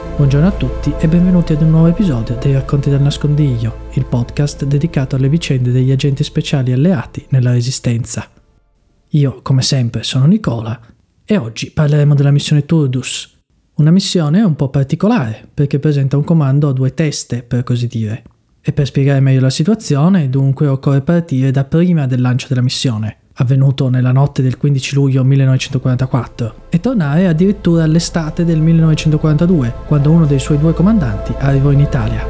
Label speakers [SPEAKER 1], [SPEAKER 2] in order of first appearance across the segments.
[SPEAKER 1] Buongiorno a tutti e benvenuti ad un nuovo episodio dei Racconti del Nascondiglio, il podcast dedicato alle vicende degli agenti speciali alleati nella Resistenza. Io, come sempre, sono Nicola e oggi parleremo della missione Turdus, una missione un po' particolare perché presenta un comando a due teste, per così dire. E per spiegare meglio la situazione, dunque occorre partire da prima del lancio della missione, avvenuto nella notte del 15 luglio 1944, e tornare addirittura all'estate del 1942, quando uno dei suoi due comandanti arrivò in Italia.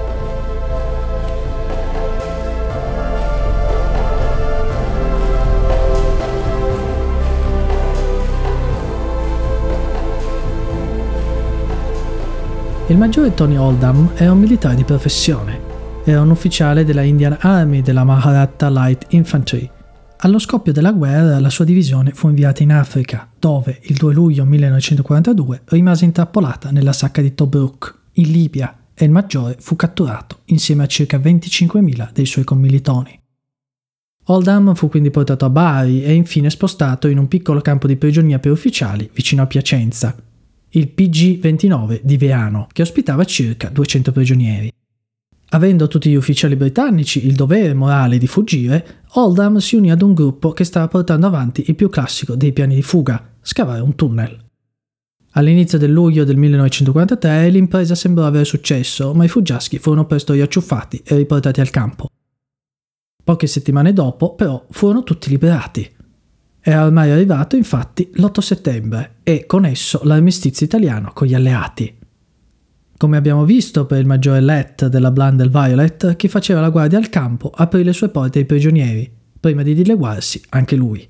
[SPEAKER 1] Il maggiore Tony Oldham era un militare di professione. Era un ufficiale della Indian Army della Maratha Light Infantry. Allo scoppio della guerra la sua divisione fu inviata in Africa, dove il 2 luglio 1942 rimase intrappolata nella sacca di Tobruk, in Libia, e il maggiore fu catturato insieme a circa 25.000 dei suoi commilitoni. Oldham fu quindi portato a Bari e infine spostato in un piccolo campo di prigionia per ufficiali vicino a Piacenza, il PG-29 di Veano, che ospitava circa 200 prigionieri. Avendo tutti gli ufficiali britannici il dovere morale di fuggire, Oldham si unì ad un gruppo che stava portando avanti il più classico dei piani di fuga, scavare un tunnel. All'inizio del luglio del 1943 l'impresa sembrò avere successo, ma i fuggiaschi furono presto riacciuffati e riportati al campo. Poche settimane dopo, però, furono tutti liberati. Era ormai arrivato, infatti, l'8 settembre e con esso l'armistizio italiano con gli alleati. Come abbiamo visto per il maggiore Lett della Blundell Violet, chi faceva la guardia al campo aprì le sue porte ai prigionieri, prima di dileguarsi anche lui.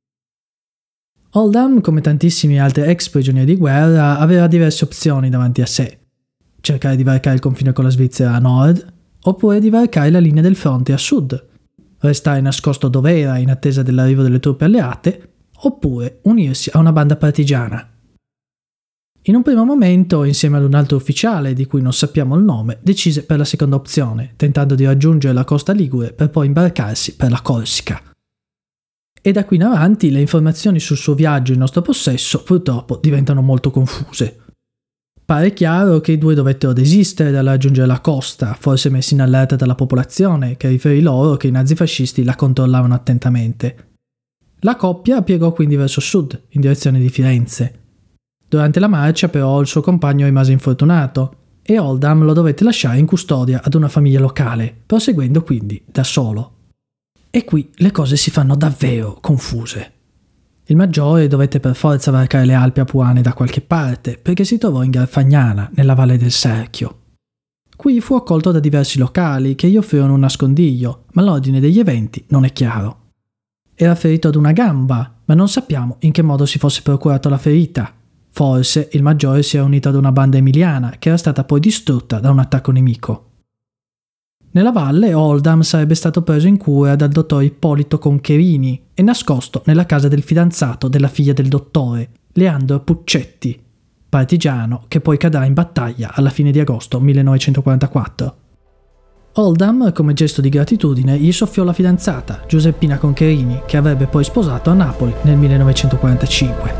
[SPEAKER 1] Oldham, come tantissimi altri ex prigionieri di guerra, aveva diverse opzioni davanti a sé. Cercare di varcare il confine con la Svizzera a nord, oppure di varcare la linea del fronte a sud, restare nascosto dove era in attesa dell'arrivo delle truppe alleate, oppure unirsi a una banda partigiana. In un primo momento, insieme ad un altro ufficiale, di cui non sappiamo il nome, decise per la seconda opzione, tentando di raggiungere la costa ligure per poi imbarcarsi per la Corsica. E da qui in avanti le informazioni sul suo viaggio in nostro possesso purtroppo diventano molto confuse. Pare chiaro che i due dovettero desistere dal raggiungere la costa, forse messi in allerta dalla popolazione, che riferì loro che i nazifascisti la controllavano attentamente. La coppia piegò quindi verso sud, in direzione di Firenze. Durante la marcia però il suo compagno rimase infortunato e Oldham lo dovette lasciare in custodia ad una famiglia locale, proseguendo quindi da solo. E qui le cose si fanno davvero confuse. Il maggiore dovette per forza varcare le Alpi apuane da qualche parte perché si trovò in Garfagnana, nella Valle del Serchio. Qui fu accolto da diversi locali che gli offrirono un nascondiglio, ma l'ordine degli eventi non è chiaro. Era ferito ad una gamba, ma non sappiamo in che modo si fosse procurato la ferita. Forse il maggiore si era unito ad una banda emiliana che era stata poi distrutta da un attacco nemico. Nella valle Oldham sarebbe stato preso in cura dal dottor Ippolito Concherini e nascosto nella casa del fidanzato della figlia del dottore, Leandro Puccetti, partigiano che poi cadrà in battaglia alla fine di agosto 1944. Oldham, come gesto di gratitudine, gli soffiò la fidanzata, Giuseppina Concherini, che avrebbe poi sposato a Napoli nel 1945.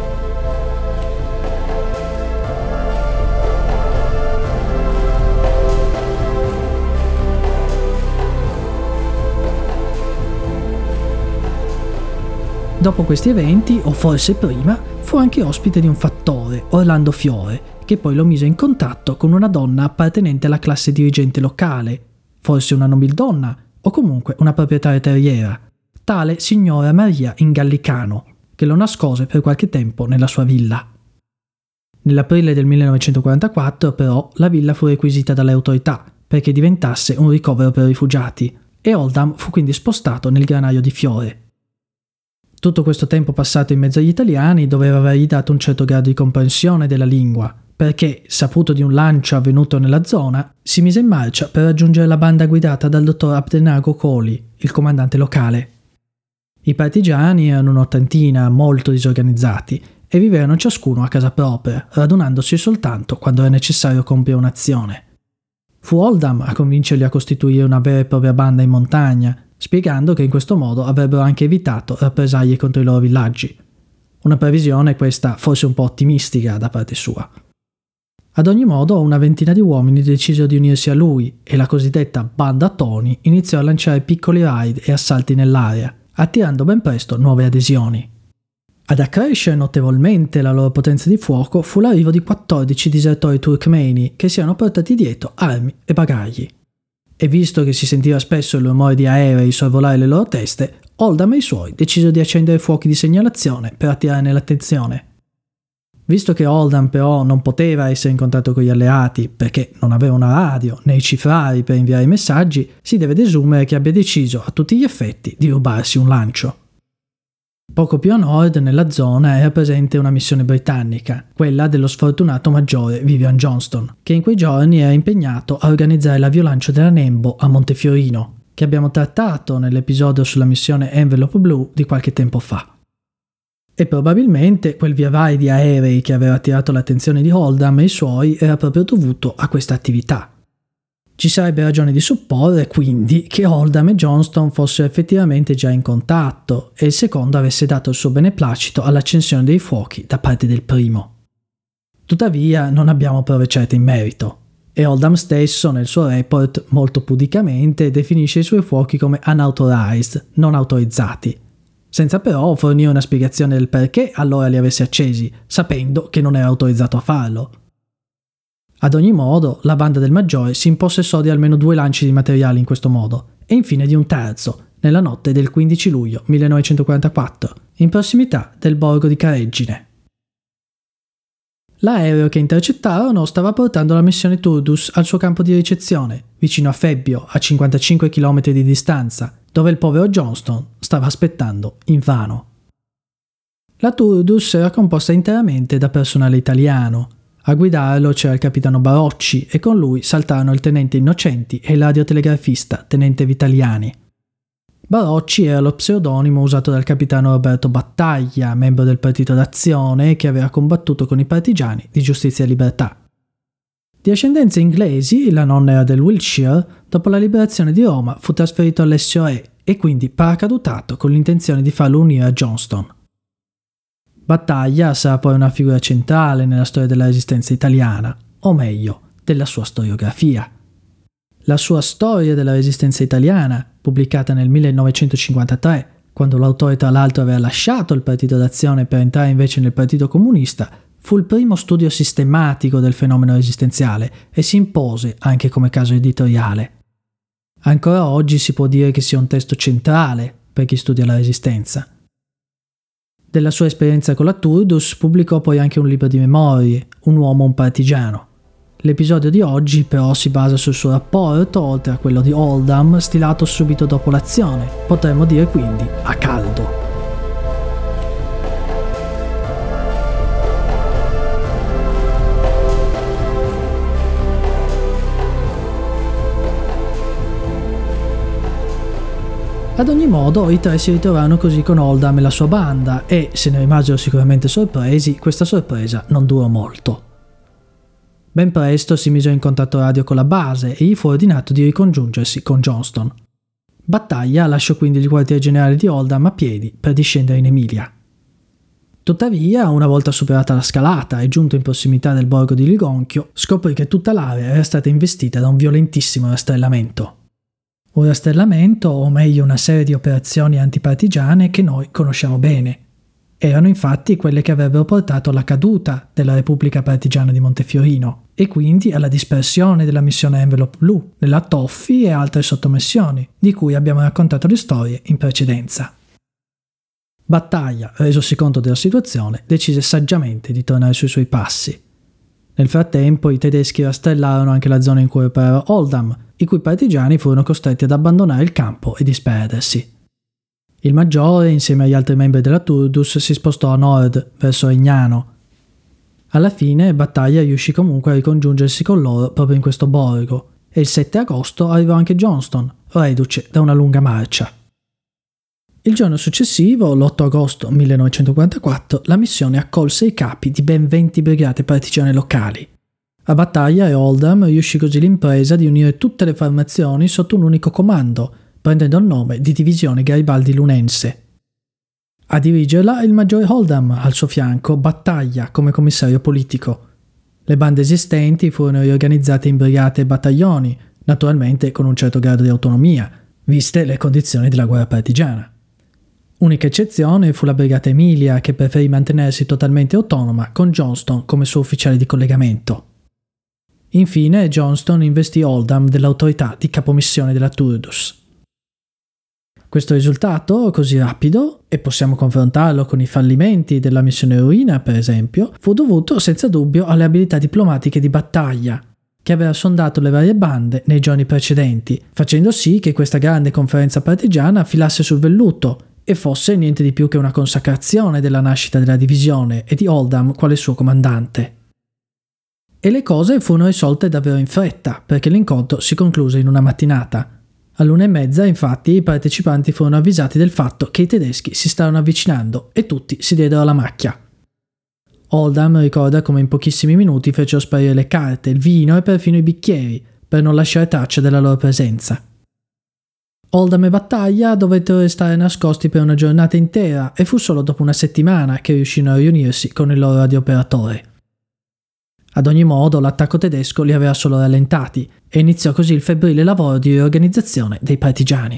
[SPEAKER 1] Dopo questi eventi, o forse prima, fu anche ospite di un fattore, Orlando Fiore, che poi lo mise in contatto con una donna appartenente alla classe dirigente locale, forse una nobildonna o comunque una proprietaria terriera, tale signora Maria Ingallicano, che lo nascose per qualche tempo nella sua villa. Nell'aprile del 1944, però, la villa fu requisita dalle autorità perché diventasse un ricovero per rifugiati e Oldham fu quindi spostato nel granaio di Fiore. Tutto questo tempo passato in mezzo agli italiani doveva avergli dato un certo grado di comprensione della lingua, perché, saputo di un lancio avvenuto nella zona, si mise in marcia per raggiungere la banda guidata dal dottor Abdenago Coli, il comandante locale. I partigiani erano un'ottantina, molto disorganizzati, e vivevano ciascuno a casa propria, radunandosi soltanto quando era necessario compiere un'azione. Fu Oldham a convincerli a costituire una vera e propria banda in montagna, spiegando che in questo modo avrebbero anche evitato rappresaglie contro i loro villaggi. Una previsione questa forse un po' ottimistica da parte sua. Ad ogni modo, una ventina di uomini decisero di unirsi a lui e la cosiddetta Banda Tony iniziò a lanciare piccoli raid e assalti nell'area, attirando ben presto nuove adesioni. Ad accrescere notevolmente la loro potenza di fuoco fu l'arrivo di 14 disertori turkmeni che si erano portati dietro armi e bagagli. E visto che si sentiva spesso il rumore di aerei sorvolare le loro teste, Oldham e i suoi decisero di accendere fuochi di segnalazione per attirarne l'attenzione. Visto che Oldham però non poteva essere in contatto con gli alleati perché non aveva una radio né i cifrari per inviare i messaggi, si deve desumere che abbia deciso a tutti gli effetti di rubarsi un lancio. Poco più a nord, nella zona, era presente una missione britannica, quella dello sfortunato maggiore Vivian Johnston, che in quei giorni era impegnato a organizzare l'aviolancio della Nembo a Montefiorino, che abbiamo trattato nell'episodio sulla missione Envelope Blue di qualche tempo fa. E probabilmente quel via vai di aerei che aveva attirato l'attenzione di Oldham e i suoi era proprio dovuto a questa attività. Ci sarebbe ragione di supporre, quindi, che Oldham e Johnston fossero effettivamente già in contatto e il secondo avesse dato il suo beneplacito all'accensione dei fuochi da parte del primo. Tuttavia, non abbiamo prove certe in merito, e Oldham stesso, nel suo report, molto pudicamente, definisce i suoi fuochi come unauthorized, non autorizzati, senza però fornire una spiegazione del perché allora li avesse accesi, sapendo che non era autorizzato a farlo. Ad ogni modo, la banda del maggiore si impossessò di almeno 2 lanci di materiali in questo modo, e infine di un terzo, nella notte del 15 luglio 1944, in prossimità del borgo di Careggine. L'aereo che intercettarono stava portando la missione Turdus al suo campo di ricezione, vicino a Febbio, a 55 km di distanza, dove il povero Johnston stava aspettando invano. La Turdus era composta interamente da personale italiano. A guidarlo c'era il capitano Barocci e con lui saltarono il tenente Innocenti e il radiotelegrafista tenente Vitaliani. Barocci era lo pseudonimo usato dal capitano Roberto Battaglia, membro del Partito d'Azione che aveva combattuto con i partigiani di Giustizia e Libertà. Di ascendenze inglesi, la nonna era del Wiltshire, dopo la liberazione di Roma fu trasferito all'Essioe e quindi paracadutato con l'intenzione di farlo unire a Johnston. Battaglia sarà poi una figura centrale nella storia della resistenza italiana, o meglio, della sua storiografia. La sua Storia della resistenza italiana, pubblicata nel 1953, quando l'autore tra l'altro aveva lasciato il Partito d'Azione per entrare invece nel Partito Comunista, fu il primo studio sistematico del fenomeno resistenziale e si impose anche come caso editoriale. Ancora oggi si può dire che sia un testo centrale per chi studia la resistenza. Della sua esperienza con la Turdus pubblicò poi anche un libro di memorie, Un uomo, un partigiano. L'episodio di oggi però si basa sul suo rapporto, oltre a quello di Oldham, stilato subito dopo l'azione, potremmo dire quindi a caldo. Ad ogni modo, i tre si ritrovarono così con Oldham e la sua banda e, se ne rimasero sicuramente sorpresi, questa sorpresa non durò molto. Ben presto si misero in contatto radio con la base e gli fu ordinato di ricongiungersi con Johnston. Battaglia lasciò quindi il quartier generale di Oldham a piedi per discendere in Emilia. Tuttavia, una volta superata la scalata e giunto in prossimità del borgo di Ligonchio, scoprì che tutta l'area era stata investita da un violentissimo rastrellamento. Un rastrellamento, o meglio una serie di operazioni antipartigiane che noi conosciamo bene. Erano infatti quelle che avrebbero portato alla caduta della Repubblica Partigiana di Montefiorino e quindi alla dispersione della missione Envelope Blue, nella Toffi e altre sottomissioni, di cui abbiamo raccontato le storie in precedenza. Battaglia, resosi conto della situazione, decise saggiamente di tornare sui suoi passi. Nel frattempo i tedeschi rastrellarono anche la zona in cui operava Oldham, i cui partigiani furono costretti ad abbandonare il campo e disperdersi. Il maggiore, insieme agli altri membri della Turdus, si spostò a nord, verso Regnano. Alla fine, Battaglia riuscì comunque a ricongiungersi con loro proprio in questo borgo, e il 7 agosto arrivò anche Johnston, reduce da una lunga marcia. Il giorno successivo, l'8 agosto 1944, la missione accolse i capi di ben 20 brigate partigiane locali. A Battaglia e Oldham riuscì così l'impresa di unire tutte le formazioni sotto un unico comando, prendendo il nome di Divisione Garibaldi Lunense. A dirigerla il maggiore Oldham, al suo fianco Battaglia come commissario politico. Le bande esistenti furono riorganizzate in brigate e battaglioni, naturalmente con un certo grado di autonomia, viste le condizioni della guerra partigiana. Unica eccezione fu la Brigata Emilia, che preferì mantenersi totalmente autonoma con Johnston come suo ufficiale di collegamento. Infine Johnston investì Oldham dell'autorità di capomissione della Turdus. Questo risultato, così rapido, e possiamo confrontarlo con i fallimenti della missione Ruina per esempio, fu dovuto senza dubbio alle abilità diplomatiche di Battaglia, che aveva sondato le varie bande nei giorni precedenti, facendo sì che questa grande conferenza partigiana filasse sul velluto e fosse niente di più che una consacrazione della nascita della divisione e di Oldham quale suo comandante. E le cose furono risolte davvero in fretta, perché l'incontro si concluse in una mattinata. All'1:30, infatti, i partecipanti furono avvisati del fatto che i tedeschi si stavano avvicinando e tutti si diedero alla macchia. Oldham ricorda come in pochissimi minuti fecero sparire le carte, il vino e perfino i bicchieri, per non lasciare traccia della loro presenza. Oldham e Battaglia dovettero restare nascosti per una giornata intera e fu solo dopo una settimana che riuscirono a riunirsi con il loro radiooperatore. Ad ogni modo, l'attacco tedesco li aveva solo rallentati e iniziò così il febbrile lavoro di riorganizzazione dei partigiani.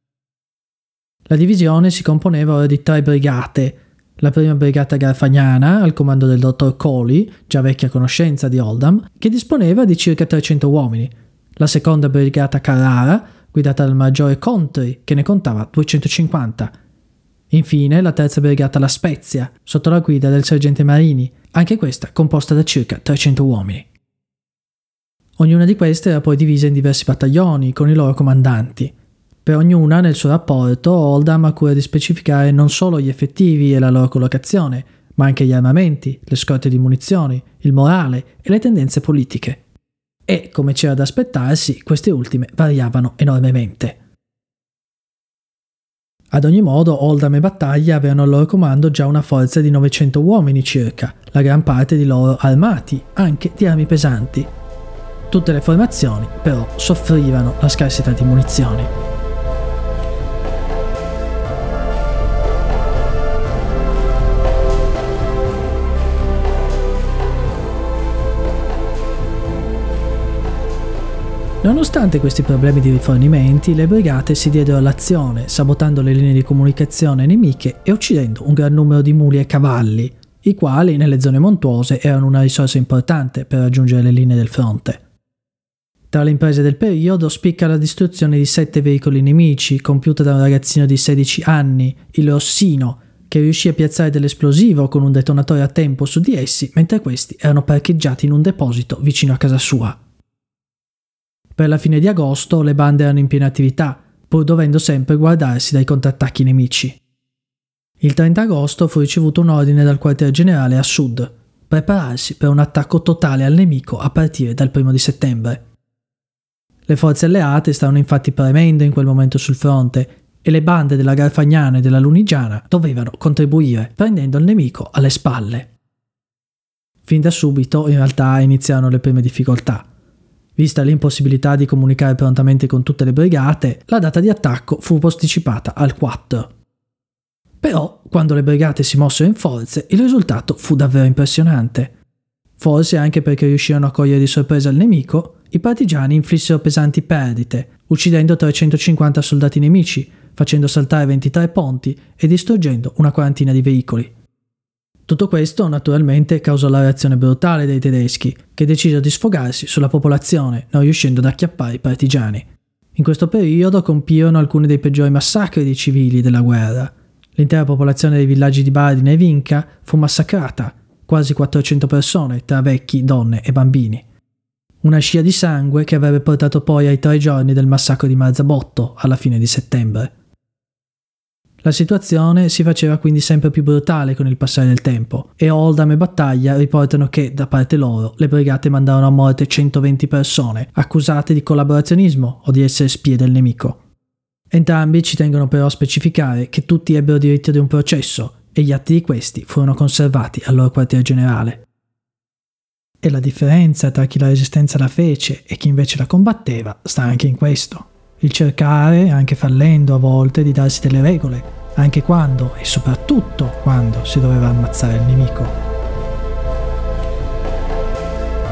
[SPEAKER 1] La divisione si componeva ora di 3 brigate: la prima brigata garfagnana, al comando del dottor Coley, già vecchia conoscenza di Oldham, che disponeva di circa 300 uomini, la seconda brigata Carrara, guidata dal maggiore Contri, che ne contava 250. Infine la terza brigata La Spezia, sotto la guida del sergente Marini, anche questa composta da circa 300 uomini. Ognuna di queste era poi divisa in diversi battaglioni, con i loro comandanti. Per ognuna, nel suo rapporto, Oldham ha cura di specificare non solo gli effettivi e la loro collocazione, ma anche gli armamenti, le scorte di munizioni, il morale e le tendenze politiche. E, come c'era da aspettarsi, queste ultime variavano enormemente. Ad ogni modo, Oldham e Battaglia avevano al loro comando già una forza di 900 uomini circa, la gran parte di loro armati, anche di armi pesanti. Tutte le formazioni, però, soffrivano la scarsità di munizioni. Nonostante questi problemi di rifornimenti, le brigate si diedero all'azione, sabotando le linee di comunicazione nemiche e uccidendo un gran numero di muli e cavalli, i quali nelle zone montuose erano una risorsa importante per raggiungere le linee del fronte. Tra le imprese del periodo spicca la distruzione di 7 veicoli nemici, compiuta da un ragazzino di 16 anni, il Rossino, che riuscì a piazzare dell'esplosivo con un detonatore a tempo su di essi mentre questi erano parcheggiati in un deposito vicino a casa sua. Per la fine di agosto le bande erano in piena attività, pur dovendo sempre guardarsi dai contrattacchi nemici. Il 30 agosto fu ricevuto un ordine dal quartier generale a sud: prepararsi per un attacco totale al nemico a partire dal 1 settembre. Le forze alleate stavano infatti premendo in quel momento sul fronte e le bande della Garfagnana e della Lunigiana dovevano contribuire, prendendo il nemico alle spalle. Fin da subito, in realtà, iniziarono le prime difficoltà. Vista l'impossibilità di comunicare prontamente con tutte le brigate, la data di attacco fu posticipata al 4. Però, quando le brigate si mossero in forze, il risultato fu davvero impressionante. Forse anche perché riuscirono a cogliere di sorpresa il nemico, i partigiani inflissero pesanti perdite, uccidendo 350 soldati nemici, facendo saltare 23 ponti e distruggendo una quarantina di veicoli. Tutto questo naturalmente causò la reazione brutale dei tedeschi, che decisero di sfogarsi sulla popolazione, non riuscendo ad acchiappare i partigiani. In questo periodo compirono alcuni dei peggiori massacri di civili della guerra. L'intera popolazione dei villaggi di Bardina e Vinca fu massacrata, quasi 400 persone tra vecchi, donne e bambini. Una scia di sangue che avrebbe portato poi ai 3 giorni del massacro di Marzabotto alla fine di settembre. La situazione si faceva quindi sempre più brutale con il passare del tempo e Oldham e Battaglia riportano che, da parte loro, le brigate mandarono a morte 120 persone accusate di collaborazionismo o di essere spie del nemico. Entrambi ci tengono però a specificare che tutti ebbero diritto di un processo e gli atti di questi furono conservati al loro quartier generale. E la differenza tra chi la resistenza la fece e chi invece la combatteva sta anche in questo: il cercare, anche fallendo a volte, di darsi delle regole, anche quando e soprattutto quando si doveva ammazzare il nemico.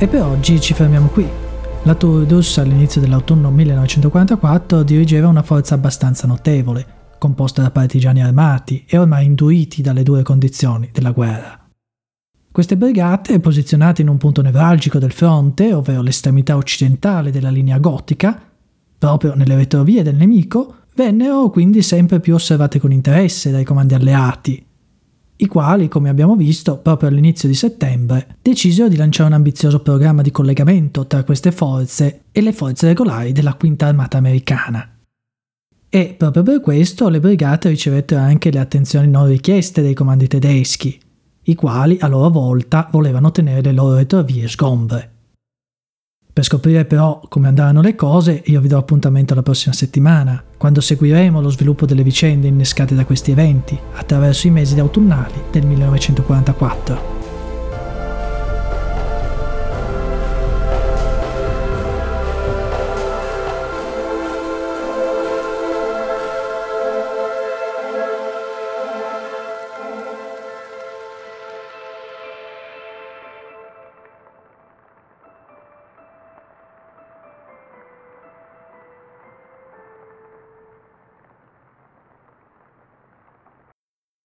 [SPEAKER 1] E per oggi ci fermiamo qui. La Turdus all'inizio dell'autunno 1944 dirigeva una forza abbastanza notevole, composta da partigiani armati e ormai induiti dalle dure condizioni della guerra. Queste brigate, posizionate in un punto nevralgico del fronte, ovvero l'estremità occidentale della linea gotica, proprio nelle retrovie del nemico, vennero quindi sempre più osservate con interesse dai comandi alleati, i quali, come abbiamo visto, proprio all'inizio di settembre, decisero di lanciare un ambizioso programma di collegamento tra queste forze e le forze regolari della Quinta Armata americana. E proprio per questo le brigate ricevettero anche le attenzioni non richieste dai comandi tedeschi, i quali a loro volta volevano tenere le loro retrovie sgombre. Per scoprire però come andarono le cose, io vi do appuntamento la prossima settimana, quando seguiremo lo sviluppo delle vicende innescate da questi eventi attraverso i mesi autunnali del 1944.